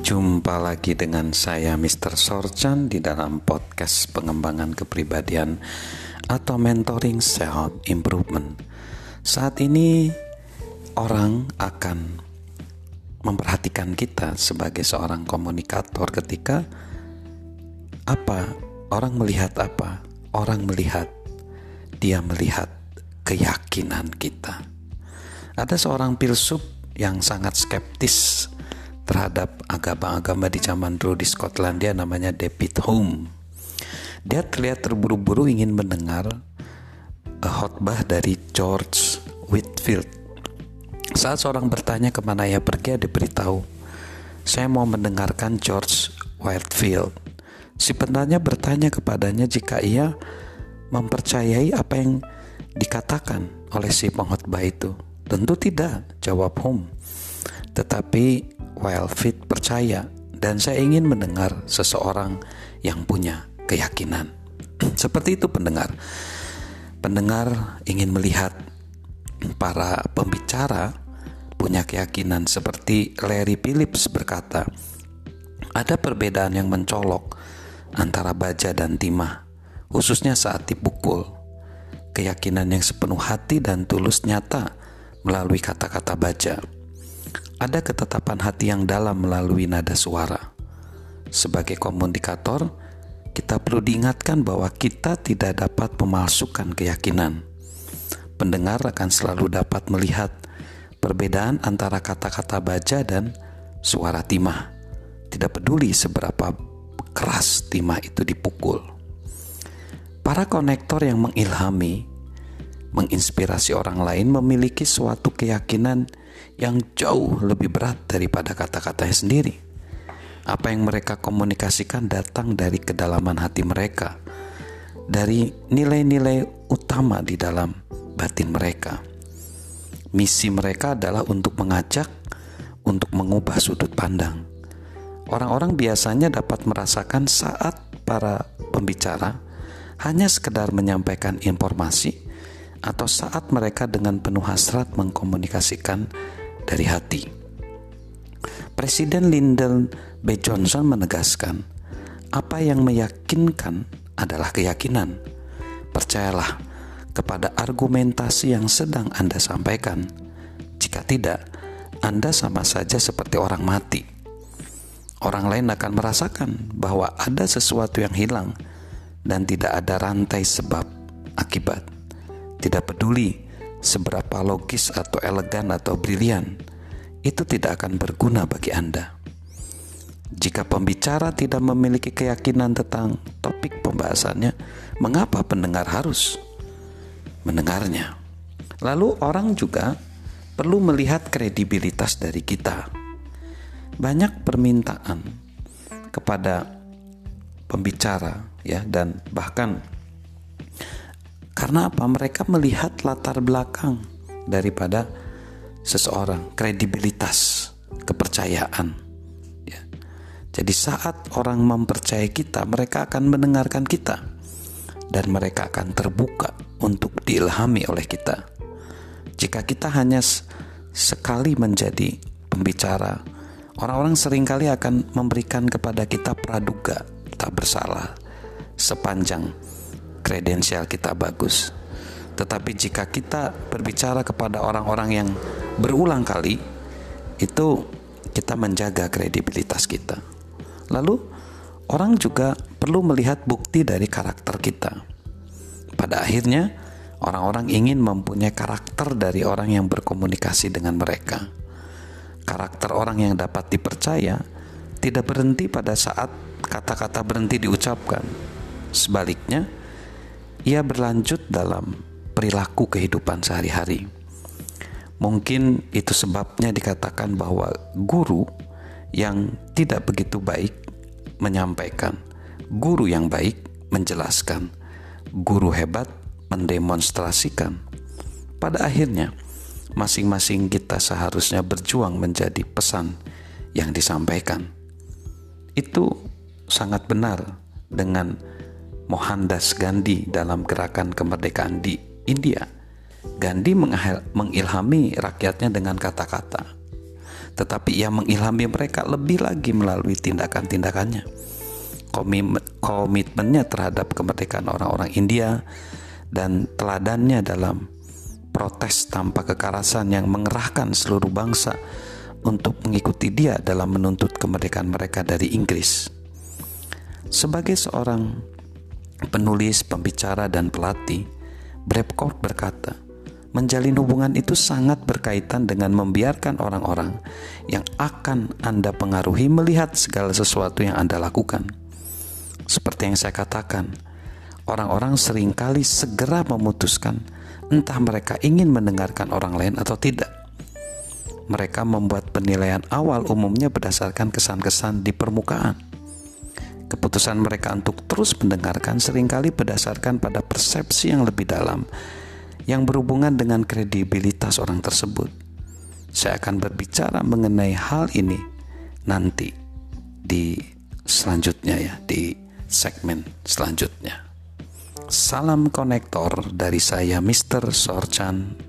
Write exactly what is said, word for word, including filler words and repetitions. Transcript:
Jumpa lagi dengan saya mister Sorchan di dalam podcast pengembangan kepribadian atau mentoring self improvement. Saat ini orang akan memperhatikan kita sebagai seorang komunikator ketika apa? Orang melihat apa? Orang melihat dia melihat keyakinan kita. Ada seorang filsuf yang sangat skeptis terhadap agama-agama di zaman dulu di Skotlandia, namanya David Hume. Dia terlihat terburu-buru ingin mendengar khotbah dari George Whitefield. Saat seorang bertanya kemana ia pergi, dia beritahu, saya mau mendengarkan George Whitefield. Si penanya bertanya kepadanya jika ia mempercayai apa yang dikatakan oleh si pengkhotbah itu. Tentu tidak, jawab Hume. Tetapi Whitefield percaya, dan saya ingin mendengar seseorang yang punya keyakinan. Seperti itu pendengar. Pendengar ingin melihat para pembicara punya keyakinan. Seperti Larry Phillips berkata, ada perbedaan yang mencolok antara baja dan timah, khususnya saat dipukul. Keyakinan yang sepenuh hati dan tulus nyata melalui kata-kata baja. Ada ketetapan hati yang dalam melalui nada suara. Sebagai komunikator, kita perlu diingatkan bahwa kita tidak dapat memalsukan keyakinan. Pendengar akan selalu dapat melihat perbedaan antara kata-kata baja dan suara timah. Tidak peduli seberapa keras timah itu dipukul. Para konektor yang mengilhami, menginspirasi orang lain memiliki suatu keyakinan yang jauh lebih berat daripada kata-katanya sendiri. Apa yang mereka komunikasikan datang dari kedalaman hati mereka, dari nilai-nilai utama di dalam batin mereka. Misi mereka adalah untuk mengajak, untuk mengubah sudut pandang. Orang-orang biasanya dapat merasakan saat para pembicara hanya sekedar menyampaikan informasi, atau saat mereka dengan penuh hasrat mengkomunikasikan dari hati. Presiden Lyndon B. Johnson menegaskan, apa yang meyakinkan adalah keyakinan. Percayalah kepada argumentasi yang sedang Anda sampaikan. Jika tidak, Anda sama saja seperti orang mati. Orang lain akan merasakan bahwa ada sesuatu yang hilang dan tidak ada rantai sebab akibat. Tidak peduli seberapa logis atau elegan atau brilian, itu tidak akan berguna bagi Anda. Jika pembicara tidak memiliki keyakinan tentang topik pembahasannya, mengapa pendengar harus mendengarnya? Lalu orang juga perlu melihat kredibilitas dari kita. Banyak permintaan kepada pembicara, ya, dan bahkan karena apa? Mereka melihat latar belakang daripada seseorang, kredibilitas, kepercayaan. Ya. Jadi saat orang mempercayai kita, mereka akan mendengarkan kita dan mereka akan terbuka untuk diilhami oleh kita. Jika kita hanya sekali menjadi pembicara, orang-orang seringkali akan memberikan kepada kita praduga tak bersalah sepanjang kredensial kita bagus. Tetapi jika kita berbicara kepada orang-orang yang berulang kali, itu kita menjaga kredibilitas kita. Lalu orang juga perlu melihat bukti dari karakter kita. Pada akhirnya orang-orang ingin mempunyai karakter dari orang yang berkomunikasi dengan mereka. Karakter orang yang dapat dipercaya tidak berhenti pada saat kata-kata berhenti diucapkan. Sebaliknya, ia berlanjut dalam perilaku kehidupan sehari-hari. Mungkin itu sebabnya dikatakan bahwa guru yang tidak begitu baik menyampaikan, guru yang baik menjelaskan, guru hebat mendemonstrasikan. Pada akhirnya, masing-masing kita seharusnya berjuang menjadi pesan yang disampaikan. Itu sangat benar dengan Mohandas Gandhi dalam gerakan kemerdekaan di India. Gandhi mengilhami rakyatnya dengan kata-kata. tetapi ia mengilhami mereka lebih lagi melalui tindakan-tindakannya. Komitmennya terhadap kemerdekaan orang-orang India dan teladannya dalam protes tanpa kekerasan yang mengerahkan seluruh bangsa untuk mengikuti dia dalam menuntut kemerdekaan mereka dari Inggris. Sebagai seorang penulis, pembicara, dan pelatih, Braveheart berkata, menjalin hubungan itu sangat berkaitan dengan membiarkan orang-orang yang akan Anda pengaruhi melihat segala sesuatu yang Anda lakukan. Seperti yang saya katakan, orang-orang seringkali segera memutuskan entah mereka ingin mendengarkan orang lain atau tidak. Mereka membuat penilaian awal umumnya berdasarkan kesan-kesan di permukaan. Keputusan mereka untuk terus mendengarkan seringkali berdasarkan pada persepsi yang lebih dalam yang berhubungan dengan kredibilitas orang tersebut. Saya akan berbicara mengenai hal ini nanti di selanjutnya ya, di segmen selanjutnya. Salam konektor dari saya, mister Sorchan.